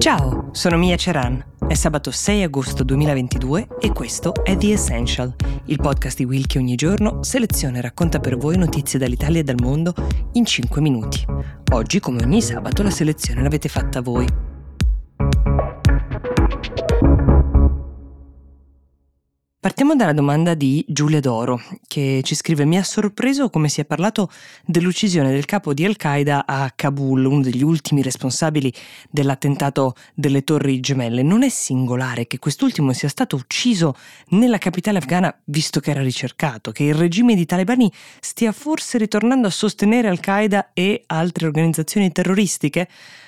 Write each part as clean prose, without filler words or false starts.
Ciao, sono Mia Ceran. È sabato 6 agosto 2022 e questo è The Essential, il podcast di Will che ogni giorno seleziona e racconta per voi notizie dall'Italia e dal mondo in 5 minuti. Oggi, come ogni sabato, la selezione l'avete fatta voi. Partiamo dalla domanda di Giulia Doro, che ci scrive: mi ha sorpreso come si è parlato dell'uccisione del capo di Al-Qaeda a Kabul, uno degli ultimi responsabili dell'attentato delle Torri Gemelle. Non è singolare che quest'ultimo sia stato ucciso nella capitale afghana, visto che era ricercato, che il regime di talebani stia forse ritornando a sostenere Al-Qaeda e altre organizzazioni terroristiche?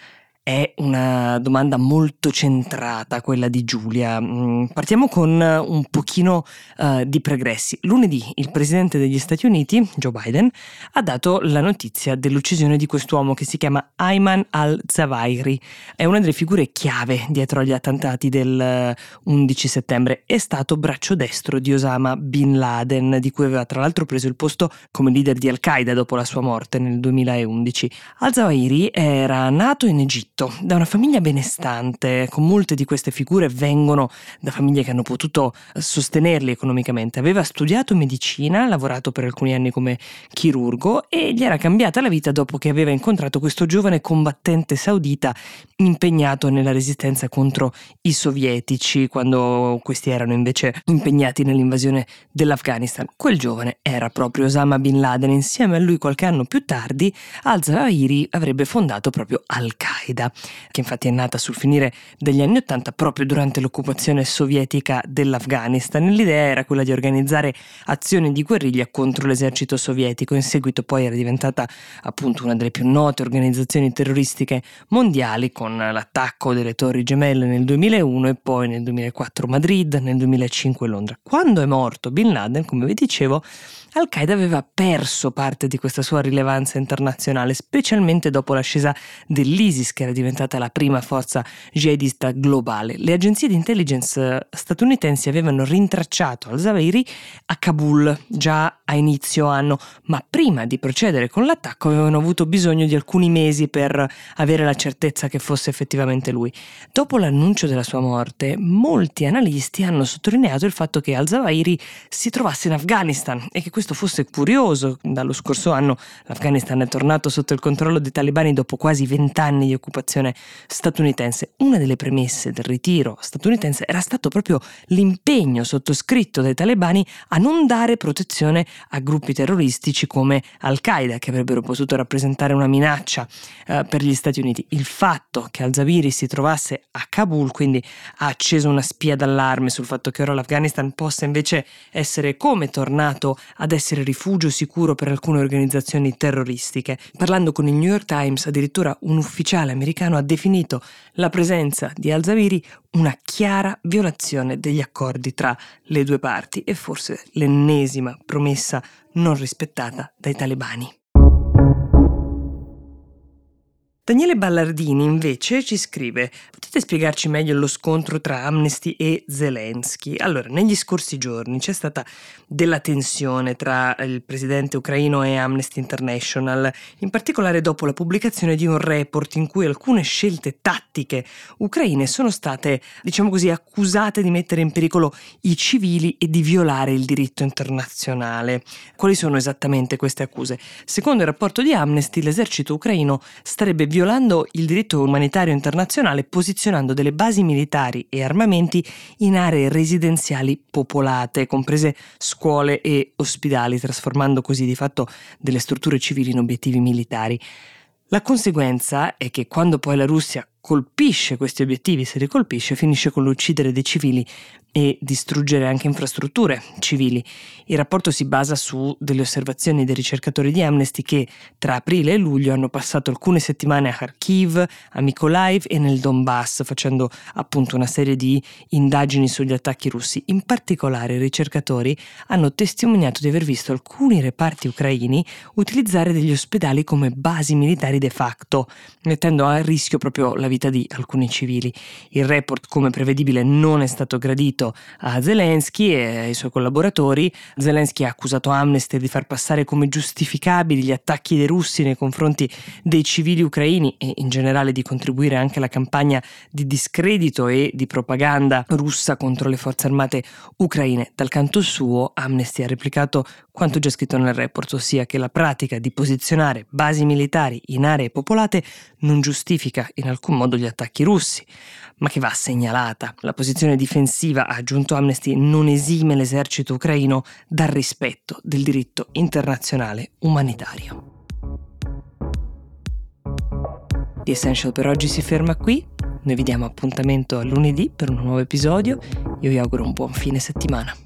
È una domanda molto centrata, quella di Giulia. Partiamo con un pochino di pregressi. Lunedì il presidente degli Stati Uniti, Joe Biden, ha dato la notizia dell'uccisione di quest'uomo che si chiama Ayman al-Zawahiri. È una delle figure chiave dietro agli attentati del 11 settembre. È stato braccio destro di Osama Bin Laden, di cui aveva tra l'altro preso il posto come leader di Al-Qaeda dopo la sua morte nel 2011. Al-Zawahiri era nato in Egitto da una famiglia benestante. Con molte di queste figure vengono da famiglie che hanno potuto sostenerli economicamente. Aveva studiato medicina, lavorato per alcuni anni come chirurgo e gli era cambiata la vita dopo che aveva incontrato questo giovane combattente saudita impegnato nella resistenza contro i sovietici, quando questi erano invece impegnati nell'invasione dell'Afghanistan. Quel giovane era proprio Osama Bin Laden. Insieme a lui, qualche anno più tardi, al-Zawahiri avrebbe fondato proprio Al-Qaeda, che infatti è nata sul finire degli anni '80 proprio durante l'occupazione sovietica dell'Afghanistan. L'idea era quella di organizzare azioni di guerriglia contro l'esercito sovietico. In seguito poi era diventata appunto una delle più note organizzazioni terroristiche mondiali, con l'attacco delle Torri Gemelle nel 2001 e poi nel 2004 Madrid, nel 2005 Londra. Quando è morto Bin Laden, come vi dicevo, Al-Qaeda aveva perso parte di questa sua rilevanza internazionale, specialmente dopo l'ascesa dell'ISIS, che era diventata la prima forza jihadista globale. Le agenzie di intelligence statunitensi avevano rintracciato al-Zawahiri a Kabul già a inizio anno, ma prima di procedere con l'attacco avevano avuto bisogno di alcuni mesi per avere la certezza che fosse effettivamente lui. Dopo l'annuncio della sua morte, molti analisti hanno sottolineato il fatto che al-Zawahiri si trovasse in Afghanistan e che questo fosse curioso. Dallo scorso anno l'Afghanistan è tornato sotto il controllo dei talebani dopo quasi 20 anni di occupazione statunitense. Una delle premesse del ritiro statunitense era stato proprio l'impegno sottoscritto dai talebani a non dare protezione a gruppi terroristici come Al-Qaeda, che avrebbero potuto rappresentare una minaccia per gli Stati Uniti. Il fatto che al-Zawahiri si trovasse a Kabul quindi ha acceso una spia d'allarme sul fatto che ora l'Afghanistan possa invece essere come tornato ad essere rifugio sicuro per alcune organizzazioni terroristiche. Parlando con il New York Times, addirittura un ufficiale americano ha definito la presenza di al-Zawahiri una chiara violazione degli accordi tra le due parti e forse l'ennesima promessa non rispettata dai talebani. Daniele Ballardini invece ci scrive: potete spiegarci meglio lo scontro tra Amnesty e Zelensky? Allora, negli scorsi giorni c'è stata della tensione tra il presidente ucraino e Amnesty International, in particolare dopo la pubblicazione di un report in cui alcune scelte tattiche ucraine sono state, diciamo così, accusate di mettere in pericolo i civili e di violare il diritto internazionale. Quali sono esattamente queste accuse? Secondo il rapporto di Amnesty, l'esercito ucraino starebbe violando il diritto umanitario internazionale, posizionando delle basi militari e armamenti in aree residenziali popolate, comprese scuole e ospedali, trasformando così di fatto delle strutture civili in obiettivi militari. La conseguenza è che quando poi la Russia colpisce questi obiettivi, se li colpisce, finisce con l'uccidere dei civili e distruggere anche infrastrutture civili. Il rapporto si basa su delle osservazioni dei ricercatori di Amnesty che tra aprile e luglio hanno passato alcune settimane a Kharkiv, a Mykolaiv e nel Donbass, facendo appunto una serie di indagini sugli attacchi russi. In particolare i ricercatori hanno testimoniato di aver visto alcuni reparti ucraini utilizzare degli ospedali come basi militari de facto, mettendo a rischio proprio la vita di alcuni civili. Il report, come prevedibile, non è stato gradito a Zelensky e ai suoi collaboratori. Zelensky ha accusato Amnesty di far passare come giustificabili gli attacchi dei russi nei confronti dei civili ucraini e in generale di contribuire anche alla campagna di discredito e di propaganda russa contro le forze armate ucraine. Dal canto suo, Amnesty ha replicato quanto già scritto nel report, ossia che la pratica di posizionare basi militari in aree popolate non giustifica in alcun modo gli attacchi russi, ma che va segnalata. La posizione difensiva, ha aggiunto Amnesty, non esime l'esercito ucraino dal rispetto del diritto internazionale umanitario. The Essential per oggi si ferma qui. Noi vi diamo appuntamento a lunedì per un nuovo episodio. Io vi auguro un buon fine settimana.